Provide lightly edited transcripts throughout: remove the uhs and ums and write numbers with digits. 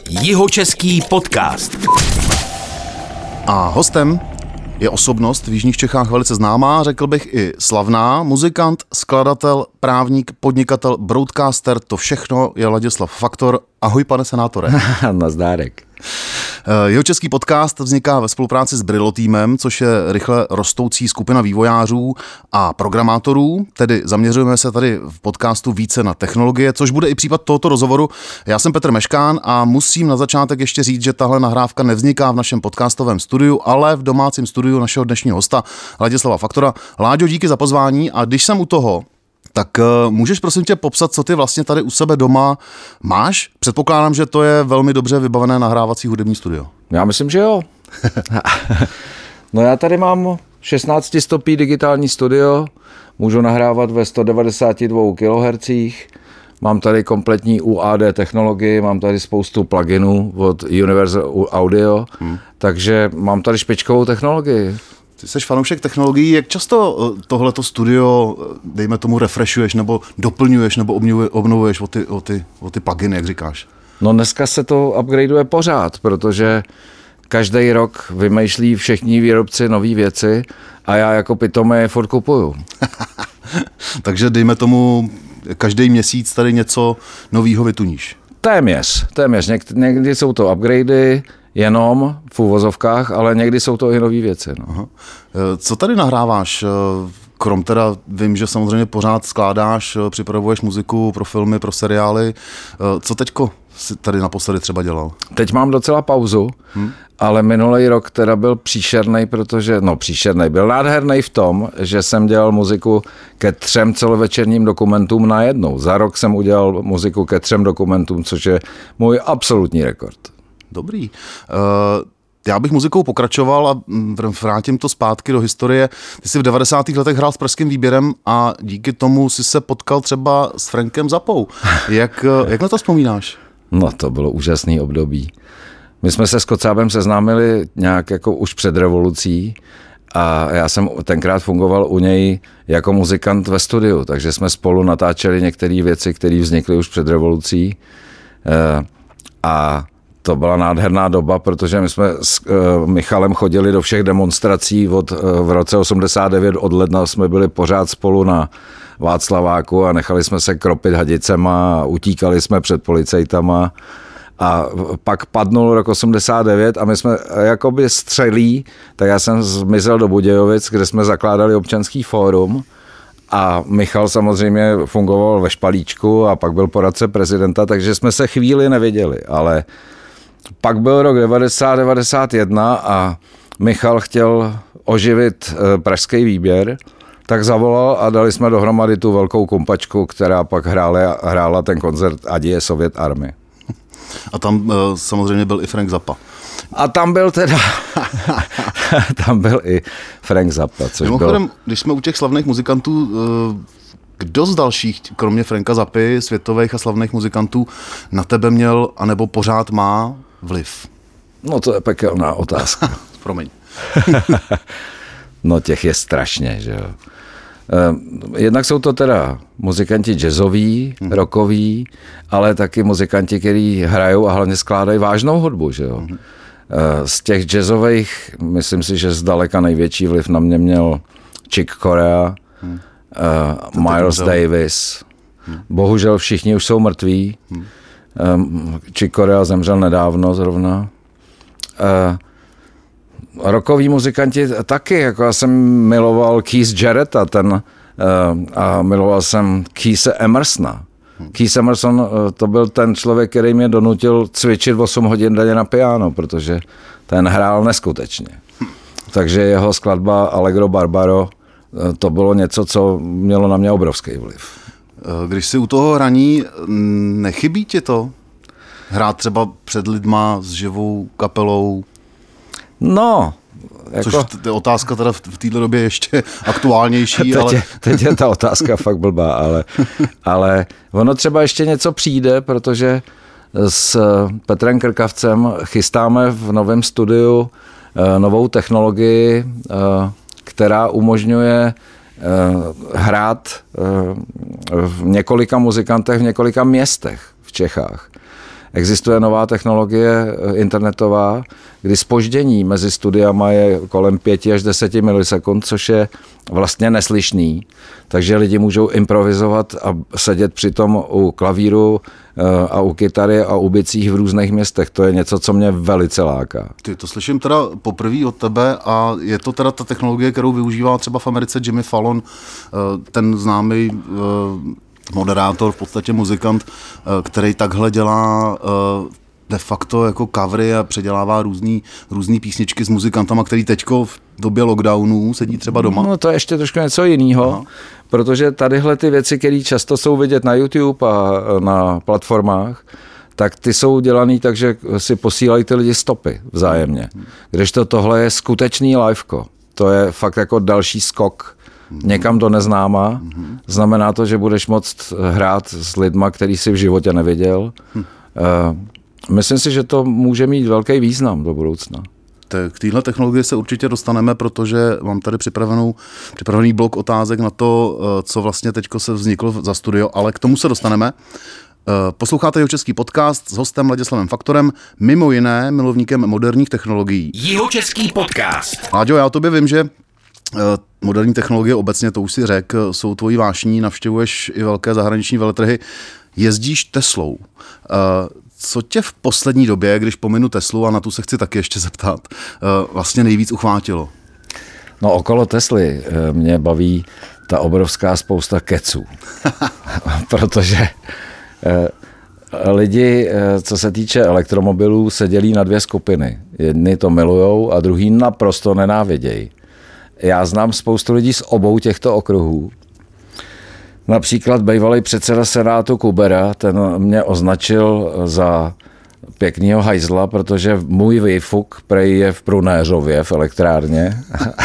Jihočeský podcast. A hostem je osobnost v jižních Čechách velice známá, řekl bych i slavná, muzikant, skladatel, právník, podnikatel, broadcaster, to všechno je Ladislav Faktor. Ahoj, pane senátore. Nazdárek. Jihočeský podcast vzniká ve spolupráci s Brillo týmem, což je rychle rostoucí skupina vývojářů a programátorů, tedy zaměřujeme se tady v podcastu více na technologie, což bude i případ tohoto rozhovoru. Já jsem Petr Meškán a musím na začátek ještě říct, že tahle nahrávka nevzniká v našem podcastovém studiu, ale v domácím studiu našeho dnešního hosta Ladislava Faktora. Láďo, díky za pozvání, a když jsem u toho, tak můžeš prosím tě popsat, co ty vlastně tady u sebe doma máš? Předpokládám, že to je velmi dobře vybavené nahrávací hudební studio. Já myslím, že jo. No já tady mám 16 stopí digitální studio, můžu nahrávat ve 192 kHz, mám tady kompletní UAD technologii, mám tady spoustu pluginů od Universal Audio, takže mám tady špičkovou technologii. Ty jsi fanoušek technologií, jak často tohleto studio, dejme tomu, refreshuješ nebo doplňuješ nebo obnovuješ o ty pluginy, jak říkáš? No dneska se to upgradeuje pořád, protože každý rok vymýšlí všichni výrobci nové věci a já jako pitomý furt kupuju. Takže dejme tomu, každý měsíc tady něco novýho vytuníš. Téměř. Někdy jsou to upgradey, jenom v uvozovkách, ale někdy jsou to i nové věci. No. Aha. Co tady nahráváš? Krom teda vím, že samozřejmě pořád skládáš, připravuješ muziku pro filmy, pro seriály. Co teďko jsi tady naposledy třeba dělal? Teď mám docela pauzu, ale minulý rok teda byl příšernej, byl nádherný v tom, že jsem dělal muziku ke 3 celovečerním dokumentům najednou. Za rok jsem udělal muziku ke 3 dokumentům, což je můj absolutní rekord. Dobrý. Já bych muzikou pokračoval a vrátím to zpátky do historie. Ty jsi v 90. letech hrál s Pražským výběrem a díky tomu jsi se potkal třeba s Frankem Zappou. Jak na to vzpomínáš? No to bylo úžasný období. My jsme se s Kocábem seznámili nějak jako už před revolucí a já jsem tenkrát fungoval u něj jako muzikant ve studiu, takže jsme spolu natáčeli některé věci, které vznikly už před revolucí a to byla nádherná doba, protože my jsme s Michalem chodili do všech demonstrací v roce 89 od ledna jsme byli pořád spolu na Václaváku a nechali jsme se kropit hadicema a utíkali jsme před policejtama a pak padnul rok 89 a my jsme jakoby střelí, tak já jsem zmizel do Budějovic, kde jsme zakládali občanský fórum a Michal samozřejmě fungoval ve Špalíčku a pak byl poradce prezidenta, takže jsme se chvíli neviděli, ale pak byl rok 90-91 a Michal chtěl oživit Pražský výběr, tak zavolal a dali jsme dohromady tu velkou kumpačku, která pak hrála ten koncert Adi je Sovět Army. A tam samozřejmě byl i Frank Zappa. A tam byl i Frank Zappa, což mimochodem, když jsme u těch slavných muzikantů, kdo z dalších, kromě Franka Zappy, světových a slavných muzikantů, na tebe měl, anebo pořád má vliv? No to je pekelná otázka. Promiň. No těch je strašně, že jo. Jednak jsou to teda muzikanti jazzoví, rockoví, ale taky muzikanti, kteří hrajou a hlavně skládají vážnou hudbu, že jo. Z těch jazzových, myslím si, že zdaleka největší vliv na mě měl Chick Corea, Miles Davis. Bohužel všichni už jsou mrtví. Chick Corea zemřel nedávno zrovna. Rockoví muzikanti taky, jako já jsem miloval Keith Jarretta a miloval jsem Keitha Emersona. Keith Emerson to byl ten člověk, který mě donutil cvičit 8 hodin denně na piano, protože ten hrál neskutečně. Takže jeho skladba Allegro Barbaro to bylo něco, co mělo na mě obrovský vliv. Když si u toho hraní, nechybí ti to? Hrát třeba před lidma s živou kapelou? No, Což je otázka teda v této době ještě aktuálnější. Teď je ta otázka fakt blbá, ale ono třeba ještě něco přijde, protože s Petrem Krkavcem chystáme v novém studiu novou technologii, která umožňuje hrát v několika muzikantech v několika městech v Čechách. existuje nová technologie internetová, kdy zpoždění mezi studiama je kolem 5 až 10 milisekund, což je vlastně neslyšný. Takže lidi můžou improvizovat a sedět přitom u klavíru a u kytary a u bicích v různých městech. To je něco, co mě velice láká. Ty to slyším teda poprvé od tebe a je to teda ta technologie, kterou využívá třeba v Americe Jimmy Fallon, ten známý moderátor, v podstatě muzikant, který takhle dělá de facto jako covery a předělává různý písničky s muzikantama, který teďko v době lockdownů sedí třeba doma. No to je ještě trošku něco jiného, protože tadyhle ty věci, které často jsou vidět na YouTube a na platformách, tak ty jsou dělaný tak, že si posílají ty lidi stopy vzájemně. Kdežto tohle je skutečný liveko. To je fakt jako další skok někam do neznáma. Znamená to, že budeš moct hrát s lidma, který si v životě neviděl. Myslím si, že to může mít velký význam do budoucna. K téhle technologii se určitě dostaneme, protože mám tady připravený blok otázek na to, co vlastně teďko se vzniklo za studio, ale k tomu se dostaneme. Posloucháte Jihočeský podcast s hostem Ladislavem Faktorem, mimo jiné milovníkem moderních technologií. Jihočeský podcast. Láďo, já o tobě vím, že moderní technologie obecně, to už si řekl, jsou tvojí vášní, navštěvuješ i velké zahraniční veletrhy, jezdíš Teslou. Co tě v poslední době, když pominu Teslu, a na tu se chci taky ještě zeptat, vlastně nejvíc uchvátilo? No okolo Tesly mě baví ta obrovská spousta keců. Protože lidi, co se týče elektromobilů, se dělí na dvě skupiny. Jedni to milujou a druhý naprosto nenávidějí. Já znám spoustu lidí z obou těchto okruhů. Například bývalý předseda Senátu Kubera, ten mě označil za pěknýho hajzla, protože můj výfuk prej je v Prunéřově v elektrárně.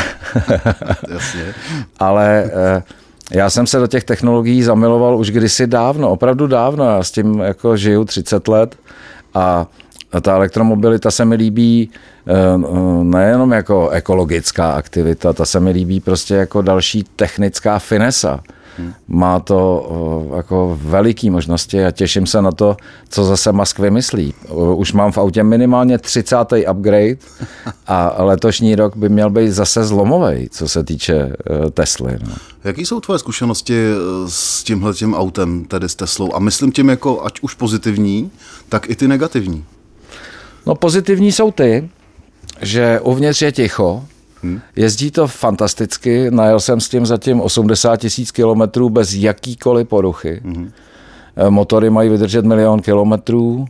Jasně. Ale já jsem se do těch technologií zamiloval už kdysi dávno, opravdu dávno. Já s tím jako žiju 30 let a ta elektromobilita se mi líbí nejenom jako ekologická aktivita, ta se mi líbí prostě jako další technická finesa. Má to jako veliký možnosti a těším se na to, co zase Musk vymyslí. Už mám v autě minimálně 30. upgrade a letošní rok by měl být zase zlomovej, co se týče Tesly. No. Jaký jsou tvoje zkušenosti s tímhletím autem, tedy s Teslou? A myslím tím jako ať už pozitivní, tak i ty negativní. No pozitivní jsou ty, že uvnitř je ticho, jezdí to fantasticky, najel jsem s tím zatím 80 000 kilometrů bez jakýkoliv poruchy. Motory mají vydržet 1 000 000 kilometrů.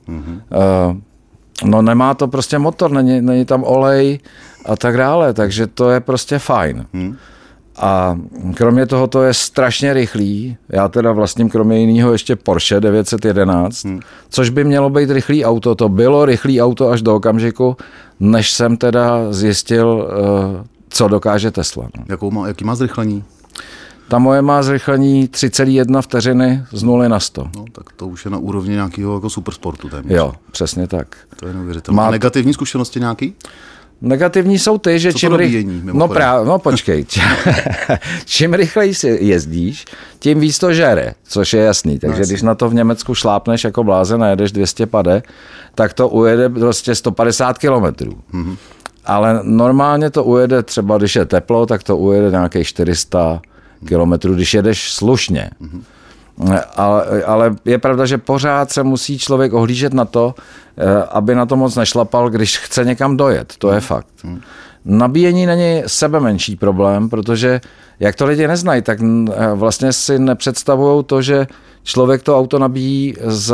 No nemá to prostě motor, není tam olej a tak dále, takže to je prostě fajn. A kromě toho to je strašně rychlý. Já teda vlastním kromě jiného ještě Porsche 911, což by mělo být rychlý auto. To bylo rychlý auto až do okamžiku, než jsem teda zjistil, co dokáže Tesla. Jaký má zrychlení? Ta moje má zrychlení 3,1 vteřiny z 0 na 100. No, tak to už je na úrovni nějakého jako supersportu téměř. Jo, přesně tak. To je neuvěřitelné. Má negativní zkušenosti nějaký? Negativní jsou ty, že čím rychleji... No počkej. Čím rychleji si jezdíš, tím víc to žere, což je jasný. Takže když na to v Německu šlápneš jako blázen a jedeš 200 pade, tak to ujede prostě 150 kilometrů. Ale normálně to ujede třeba, když je teplo, tak to ujede nějakých 400 kilometrů, když jedeš slušně. Ale je pravda, že pořád se musí člověk ohlížet na to, aby na to moc nešlapal, když chce někam dojet. To je fakt. Nabíjení není sebemenší problém, protože jak to lidi neznají, tak vlastně si nepředstavují to, že člověk to auto nabíjí z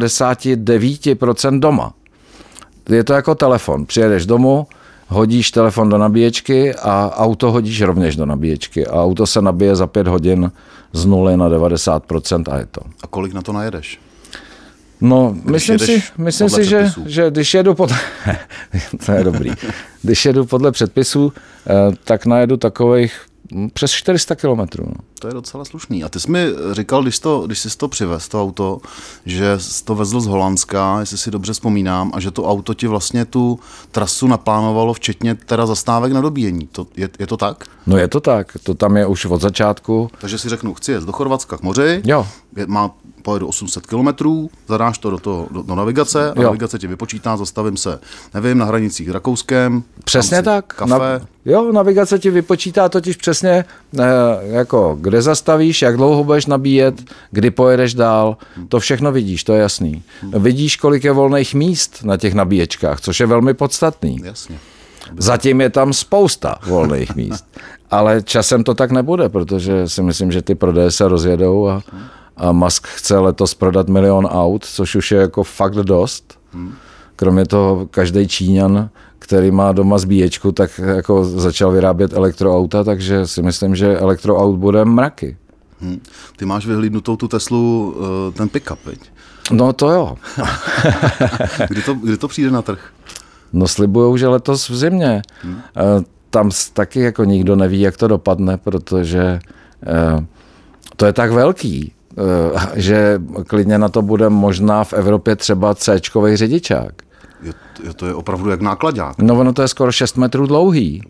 99% doma. Je to jako telefon. Přijedeš domů, hodíš telefon do nabíječky a auto hodíš rovněž do nabíječky. A auto se nabije za 5 hodin z 0 na 90% a je to. A kolik na to najedeš? No, myslím si, že když jedu podle... to je dobrý. Když jedu podle předpisů, tak najedu takových přes 400 kilometrů. No. To je docela slušný. A ty jsi mi říkal, když jsi to přivez, to auto, že jsi to vezl z Holandska, jestli si dobře vzpomínám, a že to auto ti vlastně tu trasu naplánovalo, včetně teda zastávek na dobíjení. Je to tak? No je to tak. To tam je už od začátku. Takže si řeknu, chci jet do Chorvatska k moři. Jo. Má pojedu 800 kilometrů, zadáš to do navigace a navigace ti vypočítá, zastavím se, nevím, na hranicích s Rakouskem. Přesně tak. Kafe. Navigace ti vypočítá totiž přesně, jako kde zastavíš, jak dlouho budeš nabíjet, kdy pojedeš dál, to všechno vidíš, to je jasný. Vidíš, kolik je volných míst na těch nabíječkách, což je velmi podstatný. Jasně. Zatím je tam spousta volných míst, ale časem to tak nebude, protože si myslím, že ty prodeje se rozjedou a Musk chce letos prodat 1 000 000 aut, což už je jako fakt dost. Kromě toho každý Číňan, který má doma zbíječku, tak jako začal vyrábět elektroauta, takže si myslím, že elektroaut bude mraky. Ty máš vyhlídnutou tu Teslu, ten pick-up, veď? No to jo. Kdy to přijde na trh? No slibujou, že letos v zimě. Tam taky jako nikdo neví, jak to dopadne, protože to je tak velký, že klidně na to bude možná v Evropě třeba C-čkovej řidičák. To je opravdu jak náklaďák. No ono to je skoro 6 metrů dlouhý.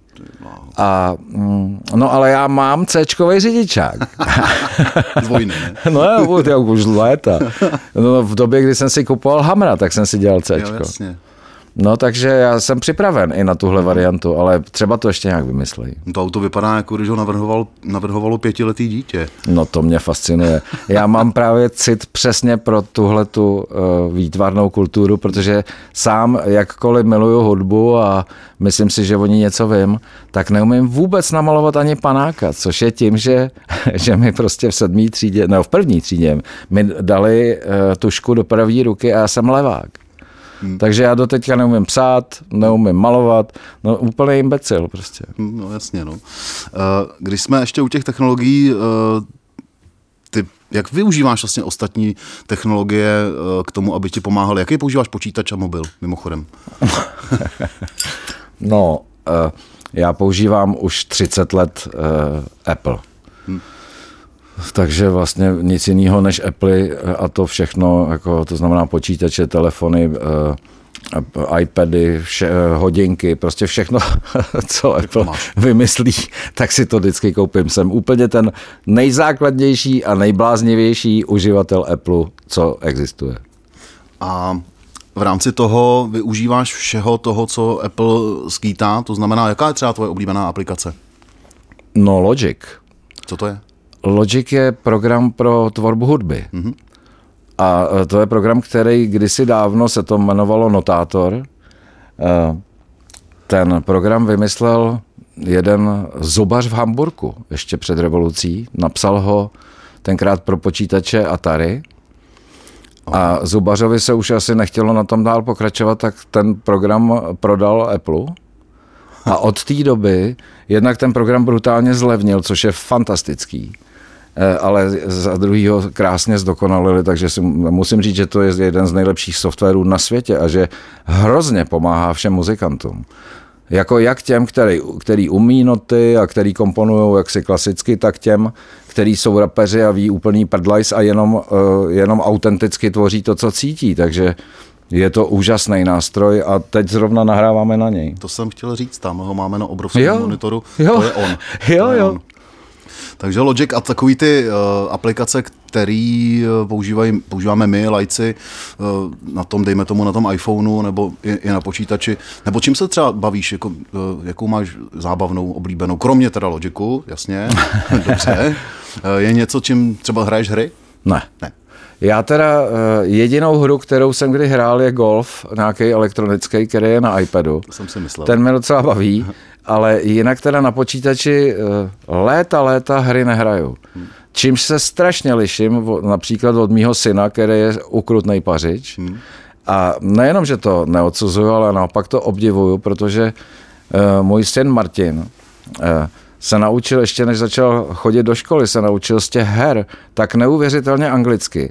No ale já mám C-čkovej řidičák. Z vojny, ne? No já už léta. No, v době, kdy jsem si kupoval Hamra, tak jsem si dělal C-čko. Jo, jasně. No takže já jsem připraven i na tuhle variantu, ale třeba to ještě nějak vymyslejí. To auto vypadá, jako když ho navrhovalo 5letý dítě. No to mě fascinuje. Já mám právě cit přesně pro tuhletu výtvarnou kulturu, protože sám jakkoliv miluju hudbu a myslím si, že o ní něco vím, tak neumím vůbec namalovat ani panáka, což je tím, že mi prostě v první třídě mi dali tušku do pravé ruky a já jsem levák. Takže já doteďka neumím psát, neumím malovat, no úplně imbecil prostě. No jasně, no. Když jsme ještě u těch technologií, ty jak využíváš vlastně ostatní technologie k tomu, aby ti pomáhaly? Jaký používáš počítač a mobil, mimochodem? No, já používám už 30 let Apple. Takže vlastně nic jiného než Apple a to všechno, jako to znamená počítače, telefony, iPady, hodinky, prostě všechno, co Apple vymyslí, tak si to vždycky koupím. Jsem úplně ten nejzákladnější a nejbláznivější uživatel Apple, co existuje. A v rámci toho využíváš všeho toho, co Apple skýtá, to znamená, jaká je třeba tvoje oblíbená aplikace? No Logic. Co to je? Logic je program pro tvorbu hudby. Mm-hmm. A to je program, který kdysi dávno se to jmenovalo Notátor. Ten program vymyslel jeden zubař v Hamburku ještě před revolucí. Napsal ho tenkrát pro počítače Atari. A zubařovi se už asi nechtělo na tom dál pokračovat, tak ten program prodal Apple. A od té doby jednak ten program brutálně zlevnil, což je fantastický. Ale za druhýho krásně zdokonalili, takže si musím říct, že to je jeden z nejlepších softwarů na světě a že hrozně pomáhá všem muzikantům. Jako jak těm, který umí noty a který komponujou jaksi klasicky, tak těm, který jsou rapeři a ví úplný prdlajs a jenom autenticky tvoří to, co cítí. Takže je to úžasný nástroj a teď zrovna nahráváme na něj. To jsem chtěl říct, tam ho máme na obrovském monitoru, to je on. Jo. Takže Logic a takový ty aplikace, který používáme my, lajci, na tom, dejme tomu, na tom iPhoneu nebo i na počítači. Nebo čím se třeba bavíš, jakou máš zábavnou, oblíbenou, kromě teda Logicu, jasně, dobře. Je něco, čím třeba hraješ hry? Ne. Já teda jedinou hru, kterou jsem kdy hrál, je golf, nějaký elektronický, který je na iPadu. To jsem si myslel. Ten mě docela baví, ale jinak teda na počítači léta hry nehraju. Čímž se strašně liším například od mýho syna, který je ukrutnej pařič. A nejenom, že to neodsuzuju, ale naopak to obdivuju, protože můj syn Martin se naučil, ještě než začal chodit do školy, se naučil z těch her tak neuvěřitelně anglicky,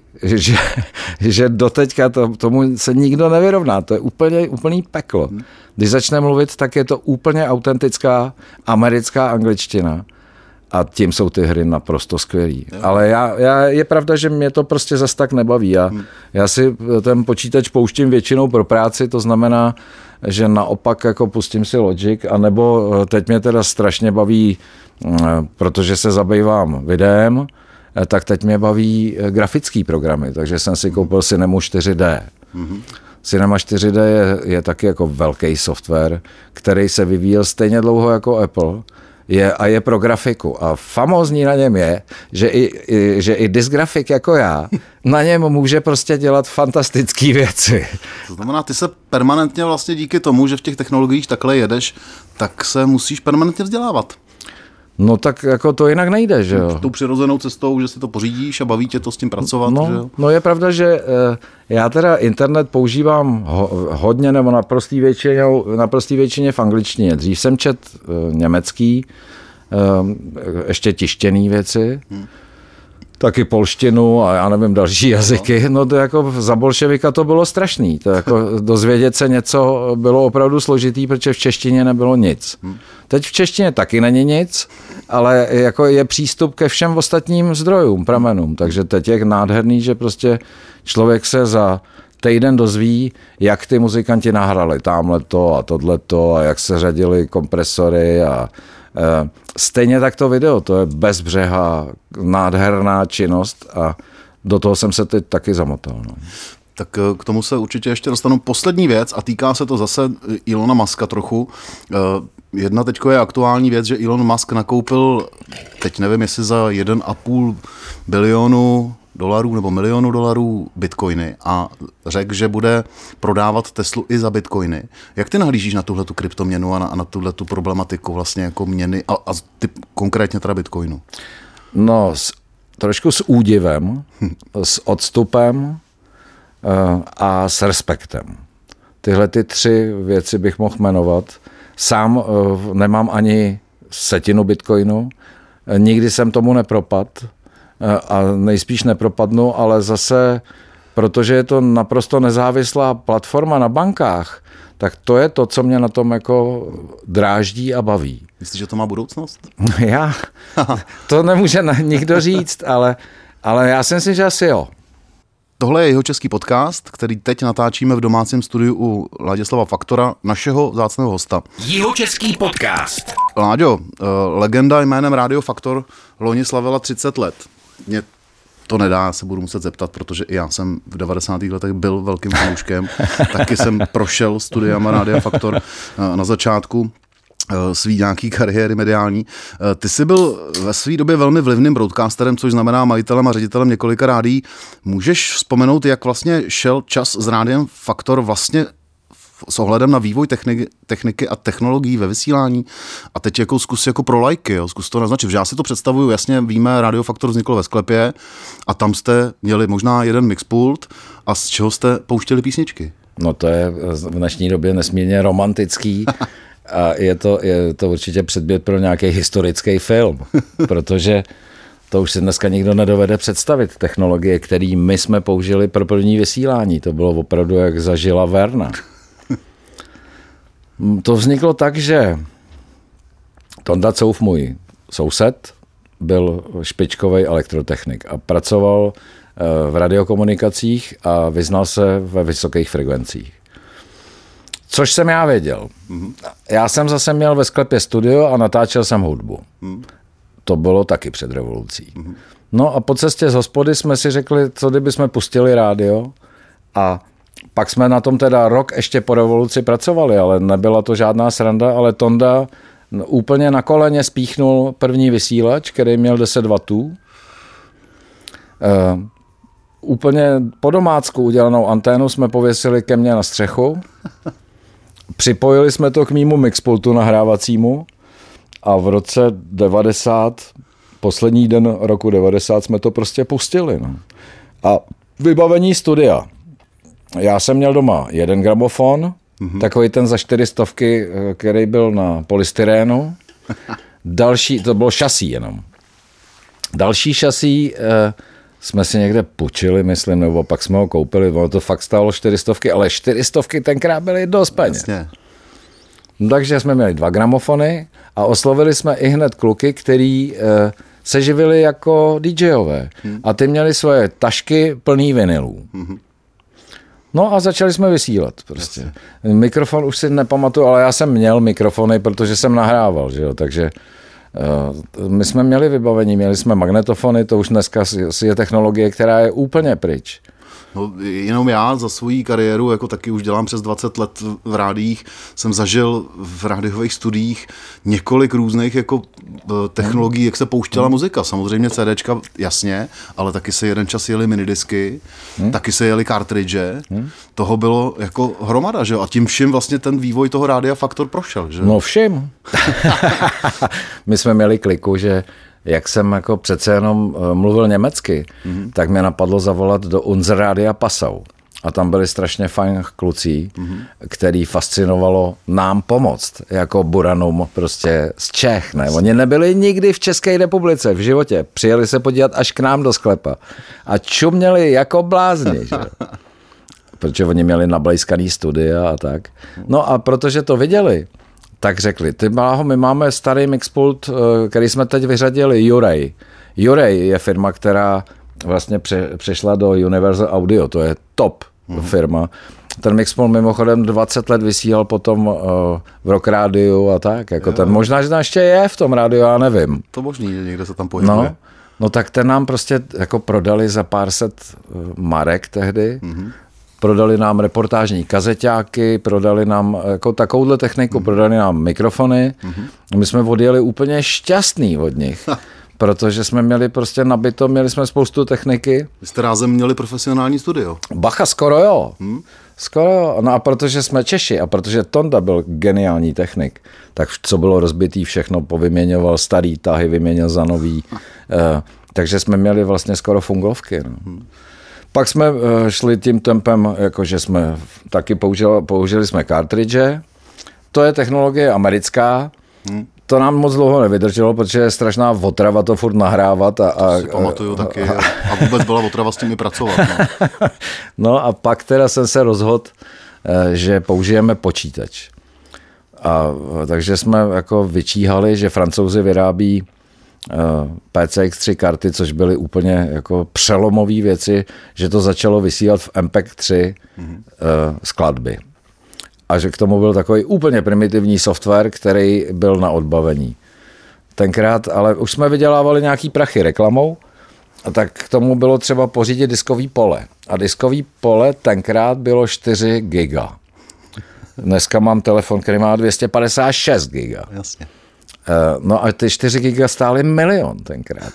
že doteďka tomu se nikdo nevyrovná. To je úplný peklo. Když začne mluvit, tak je to úplně autentická americká angličtina. A tím jsou ty hry naprosto skvělý. Ale je pravda, že mě to prostě zas tak nebaví. Já si ten počítač pouštím většinou pro práci, to znamená, že naopak jako pustím si Logic, anebo teď mě teda strašně baví, protože se zabývám videem, tak teď mě baví grafický programy, takže jsem si koupil Cinema 4D. Cinema 4D je taky jako velký software, který se vyvíjel stejně dlouho jako Apple. Je pro grafiku. A famózní na něm je, že i dysgrafik jako já na něm může prostě dělat fantastické věci. To znamená, ty se permanentně vlastně díky tomu, že v těch technologiích takhle jedeš, tak se musíš permanentně vzdělávat. No tak jako to jinak nejde, že jo? Tou přirozenou cestou, že si to pořídíš a baví tě to s tím pracovat, že jo? No je pravda, že já teda internet používám hodně nebo naprostý většině v angličtině. Dřív jsem čet německý, ještě tištěný věci, taky polštinu a já nevím, další jazyky. No to jako za bolševika to bylo strašný. To jako dozvědět se něco bylo opravdu složitý, protože v češtině nebylo nic. Teď v češtině taky není nic, ale jako je přístup ke všem ostatním zdrojům, pramenům. Takže teď je nádherný, že prostě člověk se za týden dozví, jak ty muzikanti nahrali támhleto a tohleto a jak se řadili kompresory a stejně tak to video, to je bezbřehá, nádherná činnost a do toho jsem se teď taky zamotal. No. Tak k tomu se určitě ještě dostanu. Poslední věc a týká se to zase Elona Muska trochu. Jedna teďko je aktuální věc, že Elon Musk nakoupil, teď nevím, jestli za 1,5 bilionu dolarů nebo milionu dolarů bitcoiny a řekl, že bude prodávat Teslu i za bitcoiny. Jak ty nahlížíš na tuhletu kryptoměnu a na tuhletu problematiku vlastně jako měny a konkrétně teda bitcoinu? No, trošku s údivem, s odstupem a s respektem. Tyhle ty 3 věci bych mohl jmenovat. Sám nemám ani setinu bitcoinu, nikdy jsem tomu nepropadl a nejspíš nepropadnu, ale zase, protože je to naprosto nezávislá platforma na bankách, tak to je to, co mě na tom jako dráždí a baví. Myslíš, že to má budoucnost? To nemůže nikdo říct, ale já si myslím, že asi jo. Tohle je Jihočeský podcast, který teď natáčíme v domácím studiu u Ládislava Faktora, našeho vzácného hosta. Jihočeský podcast. Láďo, legenda jménem Radio Faktor loni slavila 30 let. Mě to nedá, já se budu muset zeptat, protože i já jsem v 90. letech byl velkým fanouškem. Taky jsem prošel studiama Radio Faktor na začátku svý nějaký kariéry mediální. Ty jsi byl ve své době velmi vlivným broadcasterem, což znamená majitelem a ředitelem několika rádií. Můžeš vzpomenout, jak vlastně šel čas s Rádiem Faktor vlastně s ohledem na vývoj techniky a technologií ve vysílání? A teď jako zkus jako pro lajky, jo, zkus to naznačit. Já si to představuju, jasně víme, Radio Faktor vznikl ve sklepě a tam jste měli možná jeden mixpult a z čeho jste pouštěli písničky? No to je v dnešní době nesmírně romantický. A je to určitě předběh pro nějaký historický film, protože to už si dneska nikdo nedovede představit. Technologie, které my jsme použili pro první vysílání, to bylo opravdu jak zažila Verna. To vzniklo tak, že Tonda Couf, můj soused, byl špičkový elektrotechnik a pracoval v radiokomunikacích a vyznal se ve vysokých frekvencích. Což jsem já věděl. Já jsem zase měl ve sklepě studio a natáčel jsem hudbu. To bylo taky před revolucí. No a po cestě z hospody jsme si řekli, co kdyby jsme pustili rádio a pak jsme na tom teda rok ještě po revoluci pracovali, ale nebyla to žádná sranda, ale Tonda úplně na koleně spíchnul první vysílač, který měl 10 W. Úplně po domácku udělanou anténu jsme pověsili ke mně na střechu. Připojili jsme to k mému mixpultu nahrávacímu a v roce 90, poslední den roku 90, jsme to prostě pustili. No. A vybavení studia. Já jsem měl doma jeden gramofon, takový ten za 400, který byl na polystyrénu. Další, to bylo šasí jenom. Další šasí jsme si někde půjčili, myslím, nebo pak jsme ho koupili. Ono to fakt stálo 400, ale 400 tenkrát byly dost peněz. Takže jsme měli 2 gramofony a oslovili jsme i hned kluky, který se živili jako DJové. A ty měli svoje tašky plný vinylů. No a začali jsme vysílat prostě. Mikrofon už si nepamatuju, ale já jsem měl mikrofony, protože jsem nahrával, že jo? Takže My jsme měli vybavení, měli jsme magnetofony, to už dneska je technologie, která je úplně pryč. No, jenom já za svoji kariéru, jako taky už dělám přes 20 let v rádiích, jsem zažil v rádiových studiích několik různých jako technologií, jak se pouštěla muzika. Samozřejmě CDčka, jasně, ale taky se jeden čas jeli minidisky, taky se jeli kartridže. Toho bylo jako hromada, že jo? A tím vším vlastně ten vývoj toho Rádia Faktor prošel, že jo? No všim. My jsme měli kliku, že jak jsem jako přece jenom mluvil německy, tak mě napadlo zavolat do Unser Rádia Passau. A tam byli strašně fajn kluci, který fascinovalo nám pomoct, jako Buranum prostě z Čech. Ne? Oni nebyli nikdy v České republice v životě. Přijeli se podívat až k nám do sklepa. A čuměli jako blázni. Že? Protože oni měli nablejskaný studia a tak. No a protože to viděli, tak řekli, ty bláho, my máme starý mixpult, který jsme teď vyřadili, Jurej. Jurej je firma, která vlastně přešla do Universal Audio, to je top firma. Ten mixpult mimochodem 20 let vysílal potom v Rock Rádiu a tak, jako ten možná, že ještě je v tom rádiu, já nevím. To možný, někde se tam pohybuje. No tak ten nám prostě jako prodali za pár set marek tehdy, prodali nám reportážní kazeťáky, prodali nám jako takovouhle techniku, prodali nám mikrofony. My jsme odjeli úplně šťastný od nich, protože jsme měli prostě nabito, měli jsme spoustu techniky. Vy jste rázem měli profesionální studio. Bacha, skoro jo. Skoro jo. No a protože jsme Češi a protože Tonda byl geniální technik, tak co bylo rozbitý, všechno povyměňoval, starý tahy vyměnil za nový. Takže jsme měli vlastně skoro fungovky. No. Pak jsme šli tím tempem, jakože jsme taky použili jsme kartridže. To je technologie americká. To nám moc dlouho nevydrželo, protože je strašná otrava to furt nahrávat. Si pamatuju taky. A vůbec byla otrava s tím i pracovat. No. No a pak teda jsem se rozhodl, že použijeme počítač. Takže jsme jako vyčíhali, že Francouzi vyrábí PCX3 karty, což byly úplně jako přelomové věci, že to začalo vysílat v MPEG-3 skladby. A že k tomu byl takový úplně primitivní software, který byl na odbavení. Tenkrát, ale už jsme vydělávali nějaký prachy reklamou, a tak k tomu bylo třeba pořídit diskový pole. A diskový pole tenkrát bylo 4 giga. Dneska mám telefon, který má 256 giga. Jasně. No a ty 4 giga stály 1 milion tenkrát.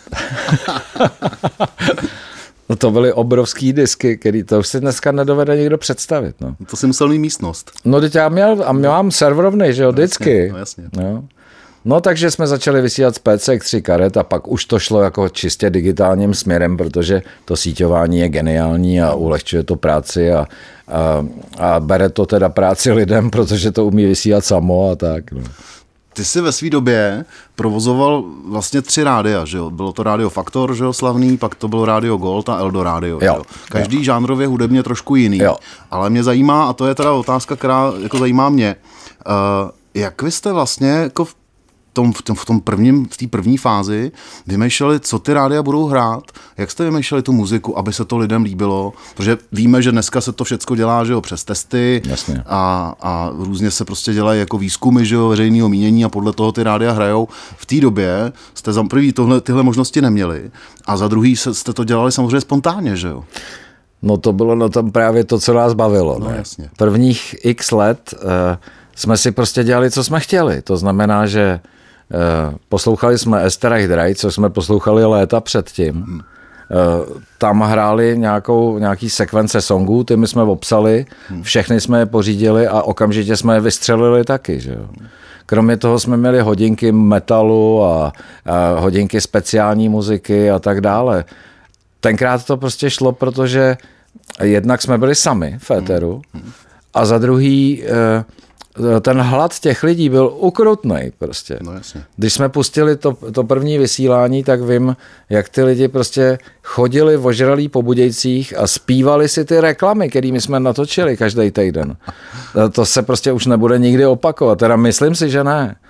No to byly obrovský disky, který to už si dneska nedovede nikdo představit. No. To si musel mít místnost. No teď já mám serverovny, že jo, vždycky. No, jasně. No takže jsme začali vysílat z PCX3 karet a pak už to šlo jako čistě digitálním směrem, protože to síťování je geniální a ulehčuje to práci a bere to teda práci lidem, protože to umí vysílat samo a tak. No. Ty jsi ve své době provozoval vlastně 3 rádia, že jo? Bylo to Rádio Faktor, že jo, slavný, pak to bylo Rádio Gold a Eldorádio, že jo? Každý žánrově hudebně trošku jiný. Jo. Ale mě zajímá, a to je teda otázka, která jako zajímá mě, jak vy jste vlastně jako v té první fázi vymýšleli, co ty rádia budou hrát, jak jste vymýšleli tu muziku, aby se to lidem líbilo, protože víme, že dneska se to všecko dělá, že jo, přes testy a různě se prostě dělají jako výzkumy, že jo, veřejného mínění a podle toho ty rádia hrajou. V té době jste za první tyhle možnosti neměli a za druhý jste to dělali samozřejmě spontánně, že jo? No to bylo na tom právě to, co nás bavilo. No, jasně. Prvních x let jsme si prostě dělali, co jsme chtěli. To znamená, že poslouchali jsme Esterreich Drei, co jsme poslouchali léta předtím. Tam hráli nějaký sekvence songů, ty my jsme obsali, všechny jsme je pořídili a okamžitě jsme je vystřelili taky. Že jo? Kromě toho jsme měli hodinky metalu a hodinky speciální muziky a tak dále. Tenkrát to prostě šlo, protože jednak jsme byli sami v éteru a za druhý ten hlad těch lidí byl ukrutnej prostě. No, jasně. Když jsme pustili to první vysílání, tak vím, jak ty lidi prostě chodili ožralí po Budějcích a zpívali si ty reklamy, kterými jsme natočili každý týden. To se prostě už nebude nikdy opakovat. Teda myslím si, že ne.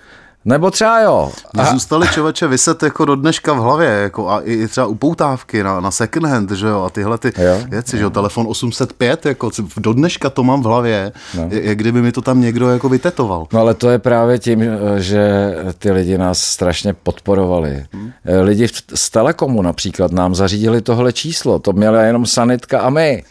Nebo třeba jo. Mě zůstaly člověče vyset jako do dneška v hlavě, jako a i třeba upoutávky na second hand, že jo, a tyhle ty věci, že jo, telefon 805, jako do dneška to mám v hlavě, jak kdyby mi to tam někdo jako vytetoval. No ale to je právě tím, že ty lidi nás strašně podporovali. Lidi z Telekomu například nám zařídili tohle číslo, to měla jenom sanitka a my.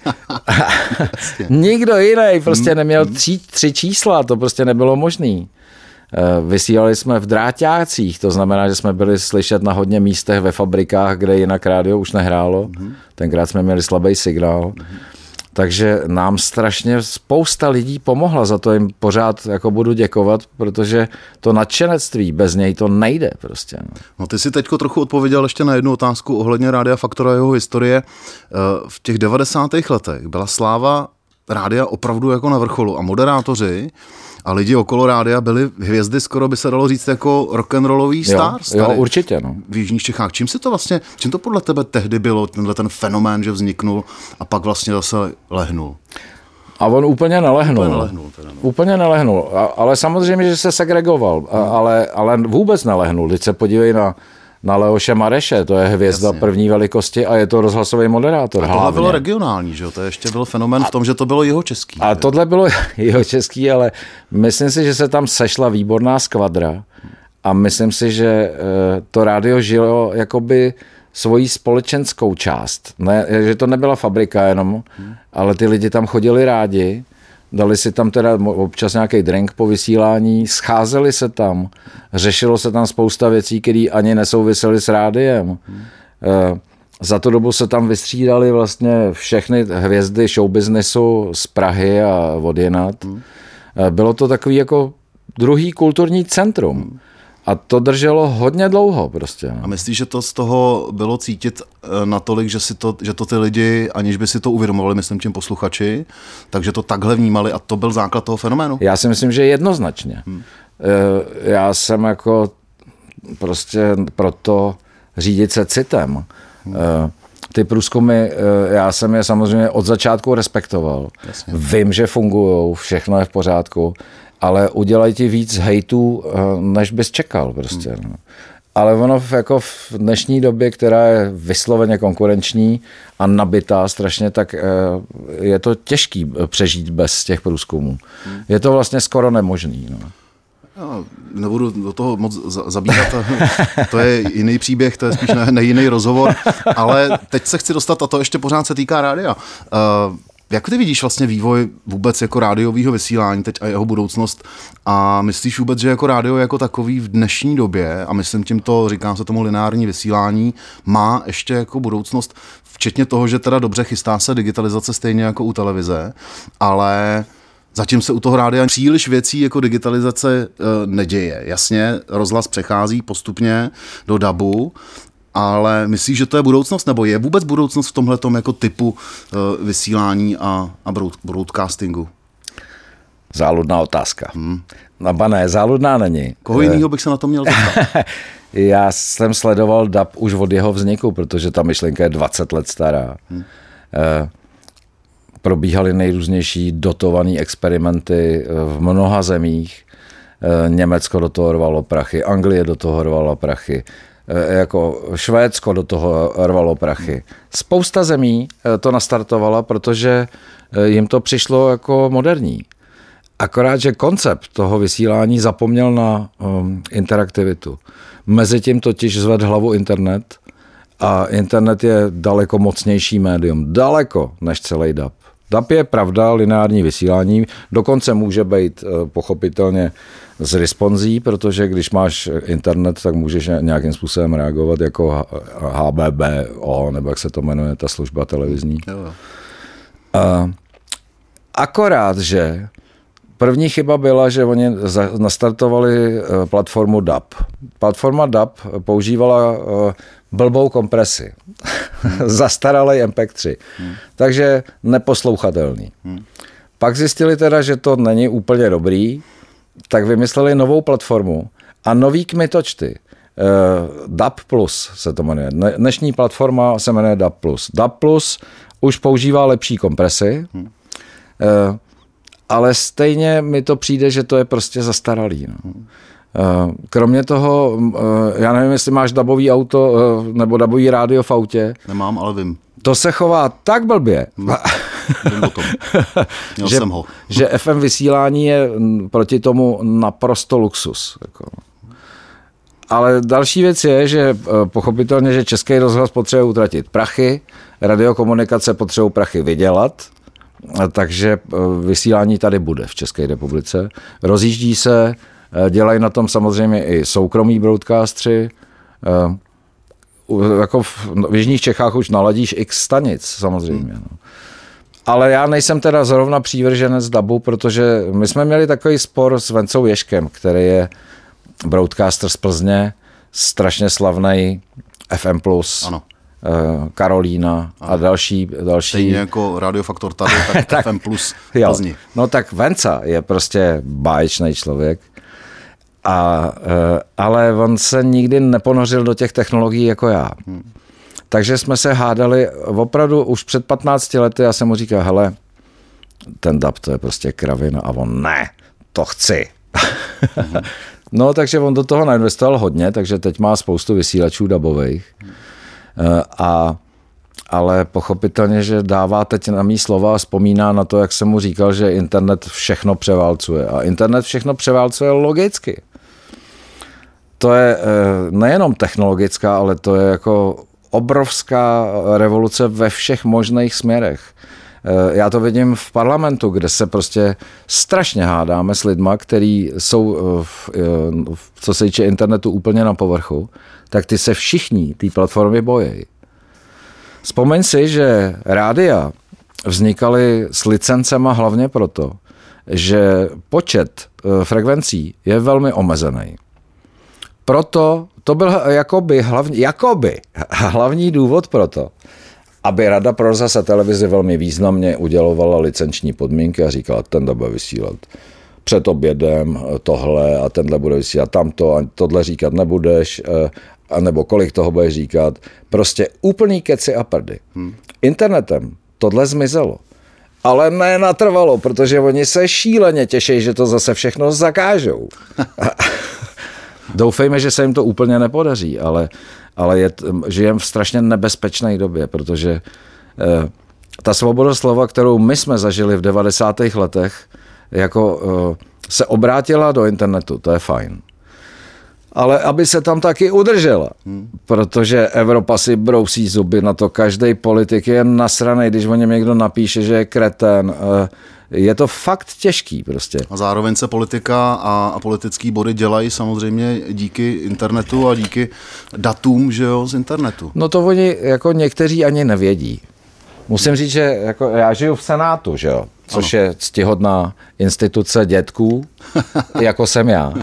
Nikdo jiný prostě neměl tři čísla, to prostě nebylo možný. Vysílali jsme v dráťácích, to znamená, že jsme byli slyšet na hodně místech ve fabrikách, kde jinak rádio už nehrálo. Tenkrát jsme měli slabý signál. Takže nám strašně spousta lidí pomohla, za to jim pořád jako budu děkovat, protože to nadšenectví, bez něj to nejde prostě. No ty si teďko trochu odpověděl ještě na jednu otázku ohledně Rádia Faktora a jeho historie. V těch 90. letech byla sláva rádia opravdu jako na vrcholu a moderátoři a lidi okolo rádia byli hvězdy, skoro by se dalo říct jako rock'n'rollový stars. Jo, určitě. No. V jižních Čechách. Čím to podle tebe tehdy bylo, ten fenomén, že vzniknul a pak vlastně zase lehnul? A on úplně nelehnul. Úplně nelehnul. Ale samozřejmě, že se segregoval. Ale vůbec nelehnul. Teď se podívej na Leoše Mareše, to je hvězda první velikosti a je to rozhlasový moderátor. A tohle bylo regionální, že jo? To ještě byl fenomén v tom, že to bylo jihočeský. A tohle bylo jihočeský, ale myslím si, že se tam sešla výborná skvadra a myslím si, že to rádio žilo jakoby svoji společenskou část. Ne, že to nebyla fabrika jenom, ale ty lidi tam chodili rádi, dali si tam teda občas nějaký drink po vysílání, scházeli se tam, řešilo se tam spousta věcí, které ani nesouvisely s rádiem. Za tu dobu se tam vystřídali vlastně všechny hvězdy showbiznesu z Prahy a odjenat. Bylo to takový jako druhý kulturní centrum. A to drželo hodně dlouho prostě. A myslíš, že to z toho bylo cítit natolik, že to ty lidi, aniž by si to uvědomovali, myslím tím posluchači, takže to takhle vnímali a to byl základ toho fenoménu? Já si myslím, že jednoznačně. Já jsem jako prostě proto řídit se citem. Ty průzkumy, já jsem je samozřejmě od začátku respektoval. Jasně. Vím, že fungujou, všechno je v pořádku, ale udělají ti víc hejtů, než bys čekal prostě. No. Ale ono jako v dnešní době, která je vysloveně konkurenční a nabitá strašně, tak je to těžký přežít bez těch průzkumů. Je to vlastně skoro nemožný. No. Já nebudu do toho moc zabíhat, to je jiný příběh, to je spíš ne jiný rozhovor, ale teď se chci dostat, a to ještě pořád se týká rádia. Jak ty vidíš vlastně vývoj vůbec jako rádiového vysílání teď a jeho budoucnost a myslíš vůbec, že jako rádio jako takový v dnešní době, a myslím tímto, říkám se tomu lineární vysílání, má ještě jako budoucnost, včetně toho, že teda dobře chystá se digitalizace stejně jako u televize, ale zatím se u toho rádia příliš věcí jako digitalizace neděje. Jasně, rozhlas přechází postupně do DABu, ale myslíš, že to je budoucnost, nebo je vůbec budoucnost v tomhletom jako typu vysílání a broadcastingu? Záludná otázka. No ne, záludná není. Koho jinýho bych se na to měl zeptat? Já jsem sledoval DAB už od jeho vzniku, protože ta myšlenka je 20 let stará. Probíhaly nejrůznější dotované experimenty v mnoha zemích. Německo do toho rvalo prachy, Anglie do toho rvala prachy, jako Švédsko do toho rvalo prachy. Spousta zemí to nastartovala, protože jim to přišlo jako moderní. Akorát, že koncept toho vysílání zapomněl na interaktivitu. Mezitím totiž zved hlavu internet a internet je daleko mocnější médium. Daleko než celý DAB. DAB je pravda, lineární vysílání, dokonce může být pochopitelně z responsí, protože když máš internet, tak můžeš nějakým způsobem reagovat jako HBBO, nebo jak se to jmenuje, ta služba televizní. Akorát, že první chyba byla, že oni nastartovali platformu DAB. Platforma DAB používala blbou kompresi. Zastaralej MP3. Takže neposlouchatelný. Pak zjistili teda, že to není úplně dobrý, tak vymysleli novou platformu a nový kmitočty. DAB Plus se to jmenuje. Dnešní platforma se jmenuje DAB Plus. DAB Plus už používá lepší kompresy, ale stejně mi to přijde, že to je prostě zastaralý. No. Kromě toho, já nevím, jestli máš dabový auto nebo dabový rádio v autě. Nemám, ale vím. To se chová tak blbě, Vím o tom. Měl jsem ho. Že FM vysílání je proti tomu naprosto luxus. Jako. Ale další věc je, že pochopitelně, že Český rozhlas potřebuje utratit prachy, radiokomunikace potřebují prachy vydělat, takže vysílání tady bude v České republice. Rozjíždí se, dělají na tom samozřejmě i soukromí broadcastři. Jako v jižních Čechách už naladíš x stanic samozřejmě. No. Ale já nejsem teda zrovna přívrženec DABu, protože my jsme měli takový spor s Vencou Ježkem, který je broadcaster z Plzně, strašně slavnej FM+, ano. Karolína a další. Stejně jako Radiofaktor tady, tak FM plus Plzni. No tak Venca je prostě báječný člověk, ale on se nikdy neponořil do těch technologií jako já. Takže jsme se hádali opravdu už před 15 lety, já jsem mu říkal, hele, ten DAB to je prostě kravina a on ne, to chci. No, takže on do toho nainvestoval hodně, takže teď má spoustu vysílačů dabových. Ale pochopitelně, že dává teď na mý slova a vzpomíná na to, jak jsem mu říkal, že internet všechno převálcuje. A internet všechno převálcuje logicky. To je nejenom technologická, ale to je jako obrovská revoluce ve všech možných směrech. Já to vidím v parlamentu, kde se prostě strašně hádáme s lidma, který jsou, co se týče internetu, úplně na povrchu, tak ty se všichni té platformy bojí. Vzpomeň si, že rádia vznikaly s licencema hlavně proto, že počet frekvencí je velmi omezený. Proto to byl hlavní důvod pro to, aby Rada pro rozhlas a televizi velmi významně udělovala licenční podmínky a říkala, ten bude vysílat před obědem tohle a tenhle bude vysílat tamto a tohle říkat nebudeš, nebo kolik toho budeš říkat. Prostě úplný keci a prdy. Internetem tohle zmizelo. Ale ne natrvalo, protože oni se šíleně těší, že to zase všechno zakážou. Doufejme, že se jim to úplně nepodaří, ale žijeme v strašně nebezpečné době, protože ta svoboda slova, kterou my jsme zažili v 90. letech, jako se obrátila do internetu, to je fajn. Ale aby se tam taky udržela, protože Evropa si brousí zuby na to, každý politik je nasranej, když o něm někdo napíše, že je kretén. Je to fakt těžký prostě. A zároveň se politika a politický body dělají samozřejmě díky internetu a díky datům, že jo, z internetu. No to oni jako někteří ani nevědí. Musím říct, že jako já žiju v Senátu, že jo, což je ctihodná instituce dětků, jako jsem já.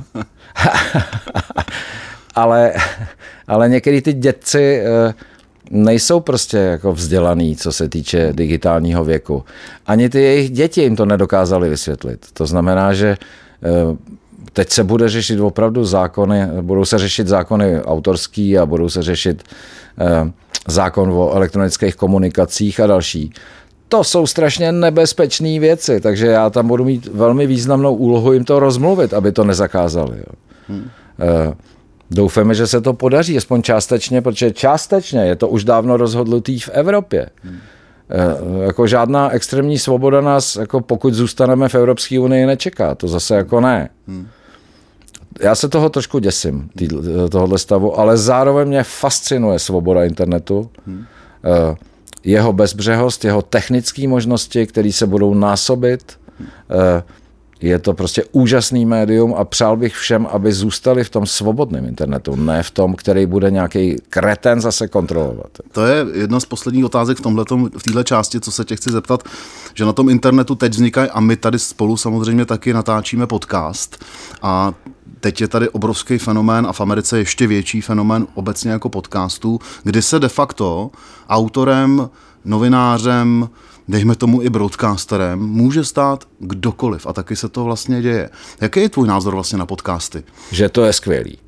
ale některý ty dětci nejsou prostě jako vzdělaný, co se týče digitálního věku. Ani ty jejich děti jim to nedokázali vysvětlit. To znamená, že teď se bude řešit opravdu zákony, budou se řešit zákony autorský a budou se řešit zákon o elektronických komunikacích a další. To jsou strašně nebezpečné věci, takže já tam budu mít velmi významnou úlohu jim to rozmluvit, aby to nezakázali. Doufáme, že se to podaří, aspoň částečně, protože částečně je to už dávno rozhodnutý v Evropě. Jako žádná extrémní svoboda nás, jako pokud zůstaneme v Evropské unii, nečeká. To zase jako ne. Já se toho trošku děsím, tohohle stavu, ale zároveň mě fascinuje svoboda internetu, jeho bezbřehost, jeho technické možnosti, které se budou násobit. Je to prostě úžasný médium a přál bych všem, aby zůstali v tom svobodném internetu, ne v tom, který bude nějaký kreten zase kontrolovat. To je jedna z posledních otázek v této části, co se tě chci zeptat, že na tom internetu teď vznikají a my tady spolu samozřejmě taky natáčíme podcast a teď je tady obrovský fenomén a v Americe ještě větší fenomén obecně jako podcastů, kdy se de facto autorem, novinářem, dejme tomu i broadcasterem, může stát kdokoliv a taky se to vlastně děje. Jaký je tvůj názor vlastně na podcasty? Že to je skvělý.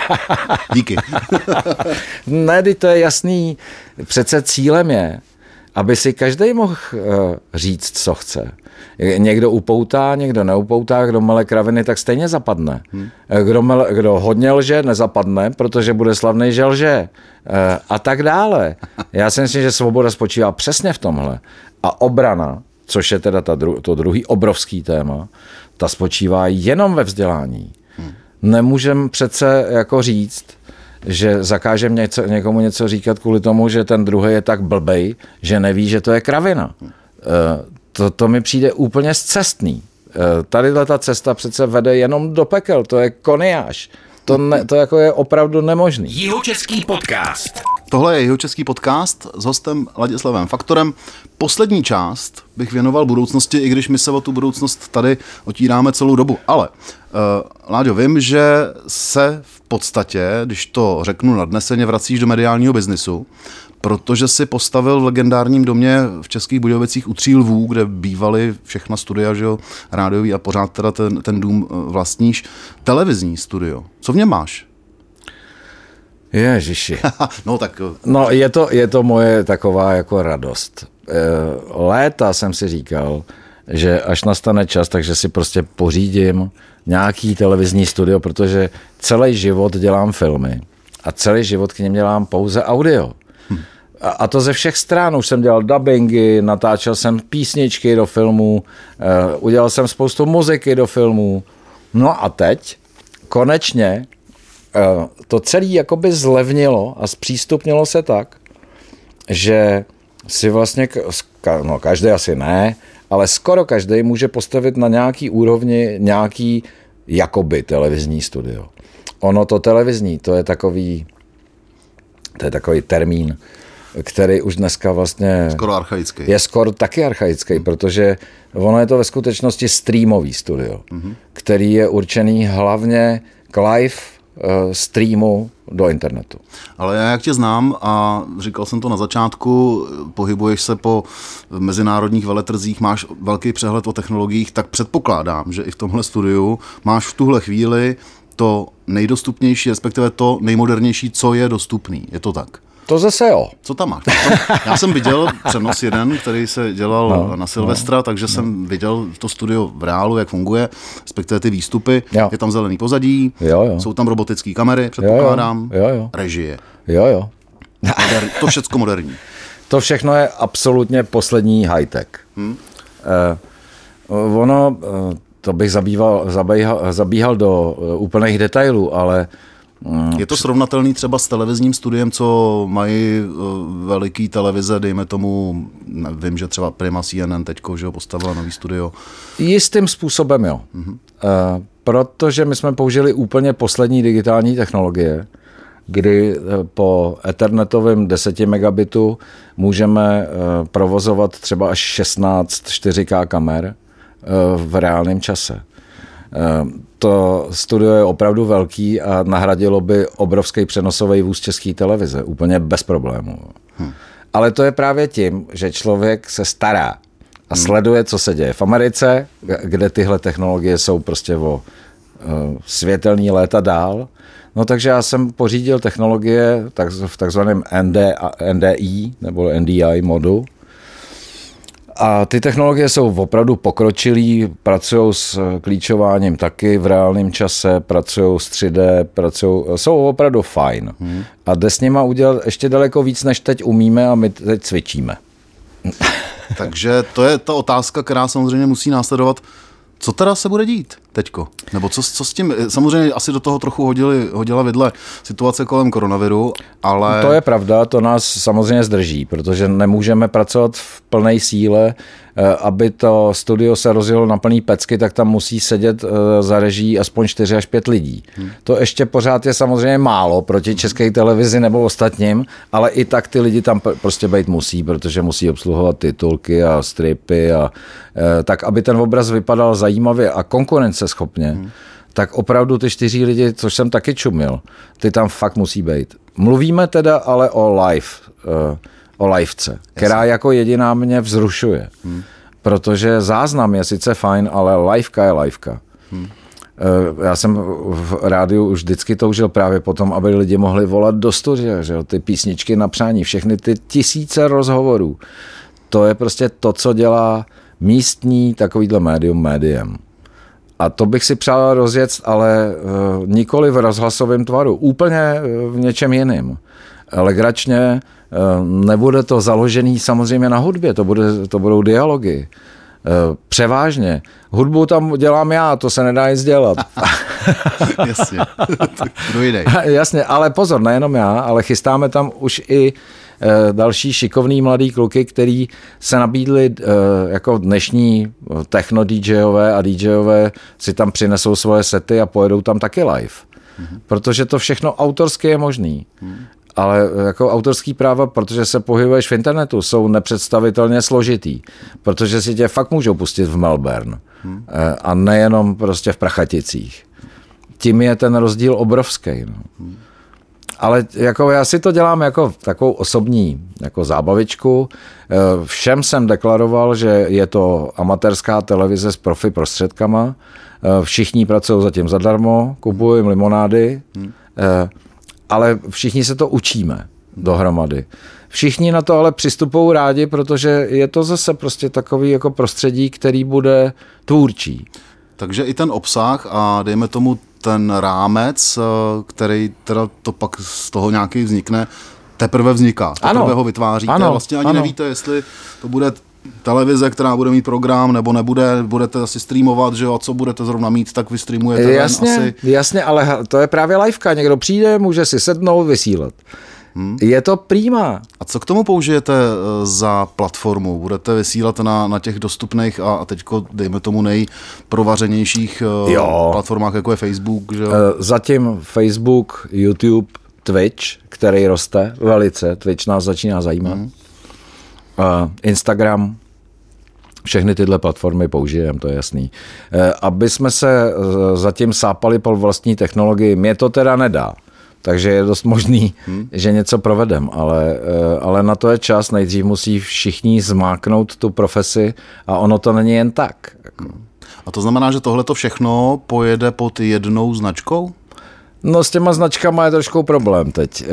Díky. Ne, to je jasný. Přece cílem je, aby si každý mohl říct, co chce. Někdo upoutá, někdo neupoutá, kdo mele kraviny, tak stejně zapadne. Kdo hodně lže, nezapadne, protože bude slavnej, že lže. A tak dále. Já si myslím, že svoboda spočívá přesně v tomhle. A obrana, což je teda to druhý obrovský téma, ta spočívá jenom ve vzdělání. Nemůžeme přece jako říct, že zakážeme někomu něco říkat kvůli tomu, že ten druhý je tak blbej, že neví, že to je kravina. To mi přijde úplně scestný. Tadyhle ta cesta přece vede jenom do pekel, to je koniáž. To jako je opravdu nemožný. Jihočeský podcast. Tohle je Jihočeský podcast s hostem Ladislavem Faktorem. Poslední část bych věnoval budoucnosti, i když my se o tu budoucnost tady otíráme celou dobu. Ale, Láďo, vím, že se v podstatě, když to řeknu nadneseně, vracíš do mediálního biznisu, protože si postavil v legendárním domě v Českých Budějovicích u Tří lvů, kde bývaly všechna studia, že jo, rádiový, a pořád teda ten dům vlastníš, televizní studio. Co v něm máš? Ježiši. No tak... No je to moje taková jako radost. Léta jsem si říkal, že až nastane čas, takže si prostě pořídím nějaký televizní studio, protože celý život dělám filmy a celý život k něm dělám pouze audio. A to ze všech stran. Už jsem dělal dabingy, natáčel jsem písničky do filmů, udělal jsem spoustu muziky do filmů. No a teď konečně to celé jakoby zlevnilo a zpřístupnilo se tak, že si vlastně, no každý asi ne, ale skoro každý může postavit na nějaký úrovni nějaký jakoby televizní studio. Ono to televizní, to je takový termín, který už dneska vlastně skoro archaický. Je skoro taky archaický, protože ono je to ve skutečnosti streamový studio, který je určený hlavně k live streamu do internetu. Ale já jak tě znám a říkal jsem to na začátku, pohybuješ se po mezinárodních veletrzích, máš velký přehled o technologiích, tak předpokládám, že i v tomhle studiu máš v tuhle chvíli to nejdostupnější, respektive to nejmodernější, co je dostupný. Je to tak? To zase jo. Co tam máš? Já jsem viděl přenos jeden, který se dělal na Silvestra, takže jsem viděl to studio v reálu, jak funguje, respektive ty výstupy. Jo. Je tam zelený pozadí, jsou tam robotické kamery, předpokládám, režie. Jo. To všecko moderní. To všechno je absolutně poslední high-tech. Ono, to bych zabíhal do úplných detailů, ale je to srovnatelný třeba s televizním studiem, co mají veliký televize, dejme tomu, vím, že třeba Prima CNN teďko, že ho postavila nový studio. Jistým způsobem jo. Protože my jsme použili úplně poslední digitální technologie, kdy po ethernetovém 10 megabitu můžeme provozovat třeba až 16 4K kamer v reálném čase. To studio je opravdu velký a nahradilo by obrovský přenosový vůz České televize, úplně bez problémů. Ale to je právě tím, že člověk se stará a sleduje, co se děje v Americe, kde tyhle technologie jsou prostě o světelný léta dál. No takže já jsem pořídil technologie v takzvaném NDI nebo NDI modu. A ty technologie jsou opravdu pokročilý, pracují s klíčováním taky v reálném čase, pracují s 3D, jsou opravdu fajn. A jde s nima udělat ještě daleko víc, než teď umíme a my teď cvičíme. Takže to je ta otázka, která samozřejmě musí následovat. Co teda se bude dít teďko? Nebo co s tím? Samozřejmě asi do toho trochu hodila vidle situace kolem koronaviru, ale... To je pravda, to nás samozřejmě zdrží, protože nemůžeme pracovat v plné síle. Aby to studio se rozjelo na plný pecky, tak tam musí sedět za režií aspoň 4 až 5 lidí. To ještě pořád je samozřejmě málo proti České televizi nebo ostatním, ale i tak ty lidi tam prostě být musí, protože musí obsluhovat titulky a stripy a tak, aby ten obraz vypadal zajímavě a konkurenceschopně, tak opravdu ty 4 lidi, což jsem taky čumil, ty tam fakt musí být. Mluvíme teda ale o livece, která jako jediná mě vzrušuje. Protože záznam je sice fajn, ale liveka je liveka. Já jsem v rádiu už vždycky toužil právě potom, aby lidi mohli volat do studia, že jo? Ty písničky na přání, všechny ty tisíce rozhovorů. to je prostě to, co dělá místní takovýhle médiem. A to bych si přál rozjet, ale nikoli v rozhlasovém tvaru, úplně v něčem jiným. Legračně nebude to založený samozřejmě na hudbě, to budou dialogy. Převážně. Hudbu tam dělám já, to se nedá nic dělat. Jasně. Kdo jiný? Jasně, ale pozor, nejenom já, ale chystáme tam už i další šikovný mladý kluky, který se nabídli jako dnešní techno DJové a DJové si tam přinesou svoje sety a pojedou tam taky live. Protože to všechno autorsky je možný. Ale jako autorský práva, protože se pohybuješ v internetu, jsou nepředstavitelně složitý. Protože si tě fakt můžou pustit v Melbourne. A nejenom prostě v Prachaticích. Tím je ten rozdíl obrovský. No. Ale jako já si to dělám jako takovou osobní jako zábavičku. Všem jsem deklaroval, že je to amatérská televize s profi prostředkama. Všichni pracují zatím zadarmo, kupují jim limonády, ale všichni se to učíme dohromady. Všichni na to ale přistupují rádi, protože je to zase prostě takový jako prostředí, který bude tvůrčí. Takže i ten obsah a dejme tomu ten rámec, který teda to pak z toho nějaký vznikne, teprve vzniká. Teprve ho vytváříte. Ano, vlastně ani nevíte, jestli to bude televize, která bude mít program, nebo nebude, budete asi streamovat, že jo, a co budete zrovna mít, tak vy streamujete. Jasně, ale to je právě liveka. Někdo přijde, může si sednout, vysílat. Je to prima. A co k tomu použijete za platformu? Budete vysílat na těch dostupných a teďko, dejme tomu, nejprovařenějších platformách, jako je Facebook? Že? Zatím Facebook, YouTube, Twitch, který roste velice. Twitch nás začíná zajímat. Instagram, všechny tyhle platformy použijeme, to je jasný. Aby jsme se zatím sápali po vlastní technologii, mě to teda nedá. Takže je dost možný, že něco provedem, ale na to je čas. Nejdřív musí všichni zmáknout tu profesi a ono to není jen tak. A to znamená, že tohle to všechno pojede pod jednou značkou? No s těma značkama je trošku problém teď.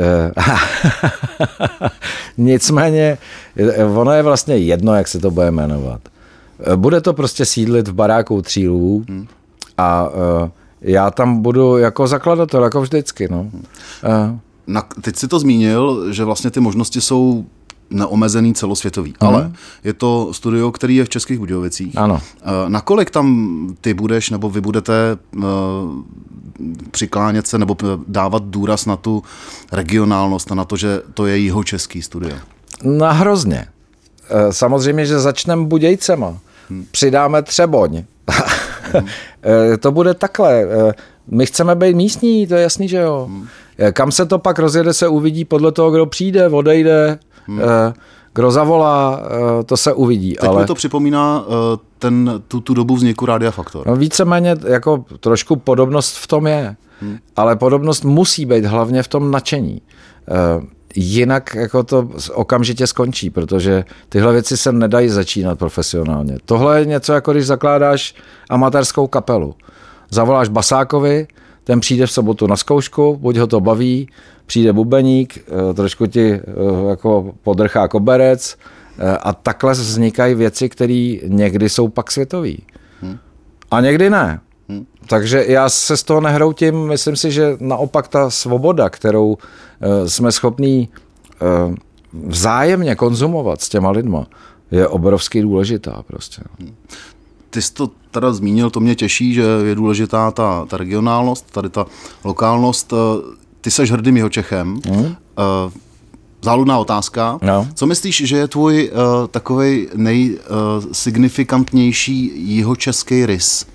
Nicméně, ono je vlastně jedno, jak se to bude jmenovat. Bude to prostě sídlit v baráku Třílů a já tam budu jako zakladatel, jako vždycky. No. Teď si to zmínil, že vlastně ty možnosti jsou neomezený celosvětový, ale je to studio, který je v Českých Budějovicích. Ano. Nakolik tam ty budeš, nebo vy budete přiklánět se, nebo dávat důraz na tu regionálnost a na to, že to je jihočeský studio? Na hrozně. Samozřejmě, že začneme Budějcema. Přidáme Třeboň. To bude takhle. My chceme být místní, to je jasný, že jo. Kam se to pak rozjede, se uvidí podle toho, kdo přijde, odejde, kdo zavolá, to se uvidí. Teď mi to připomíná tu dobu vzniku Rádia Faktor. No víceméně jako trošku podobnost v tom je, ale podobnost musí být hlavně v tom nadšení. Jinak jako to okamžitě skončí, protože tyhle věci se nedají začínat profesionálně. Tohle je něco, jako když zakládáš amatérskou kapelu. Zavoláš basákovi, ten přijde v sobotu na zkoušku, buď ho to baví, přijde bubeník, trošku ti jako podrchá koberec a takhle vznikají věci, které někdy jsou pak světový. A někdy ne. Takže já se z toho nehroutím, myslím si, že naopak ta svoboda, kterou jsme schopní vzájemně konzumovat s těma lidma, je obrovsky důležitá prostě. Ty jsi to teda zmínil, to mě těší, že je důležitá ta regionálnost, tady ta lokálnost. Ty seš hrdým Jihočechem. Záludná otázka. No. Co myslíš, že je tvůj takovej nejsignifikantnější jihočeský rys?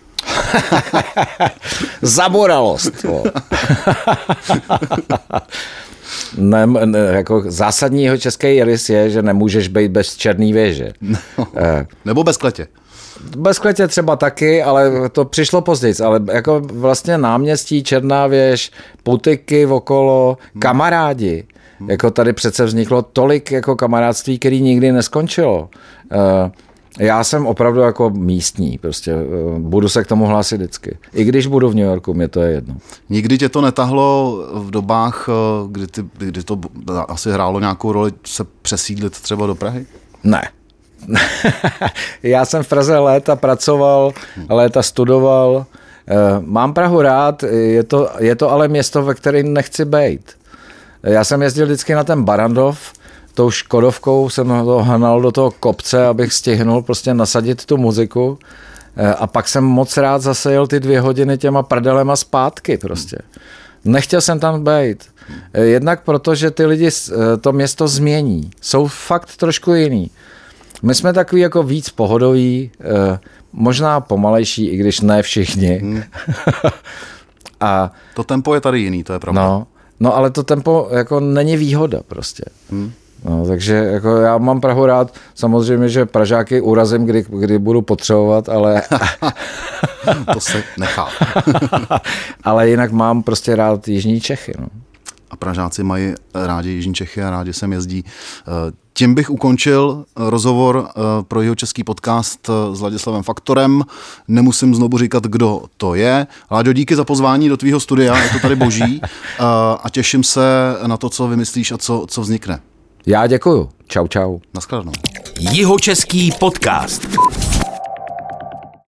Zaboralost. Ne, jako zásadní jihočeský rys je, že nemůžeš být bez Černý věže. No. Nebo bez Kletě. Bez Kletě třeba taky, ale to přišlo později. Ale jako vlastně náměstí, Černá věž, putiky okolo, kamarádi. Jako tady přece vzniklo tolik jako kamarádství, který nikdy neskončilo. Já jsem opravdu jako místní, prostě budu se k tomu hlásit vždycky. I když budu v New Yorku, mě to je jedno. Nikdy tě to netahlo v dobách, kdy to asi hrálo nějakou roli se přesídlit třeba do Prahy? Ne. Já jsem v Praze léta pracoval, léta studoval. Mám Prahu rád, je to ale město, ve kterém nechci bejt. Já jsem jezdil vždycky na ten Barrandov, tou Škodovkou jsem ho hnal do toho kopce, abych stihnul prostě nasadit tu muziku. A pak jsem moc rád zase jel ty 2 hodiny těma prdelema zpátky prostě. Nechtěl jsem tam bejt. Jednak proto, že ty lidi to město změní. Jsou fakt trošku jiný. My jsme takový jako víc pohodoví, možná pomalejší, i když ne všichni. A to tempo je tady jiný, to je pravda. No ale to tempo jako není výhoda prostě. No, takže jako já mám Prahu rád, samozřejmě, že Pražáky urazím, kdy budu potřebovat, ale... To se nechá. Ale jinak mám prostě rád jižní Čechy. No. A Pražáci mají rádi jižní Čechy a rádi sem jezdí. Tím bych ukončil rozhovor pro Jihočeský podcast s Ladislavem Faktorem. Nemusím znovu říkat, kdo to je. Láďo, díky za pozvání do tvýho studia, je to tady boží. A těším se na to, co vymyslíš a co vznikne. Já děkuju. Čau. Naschledanou. Jihočeský podcast.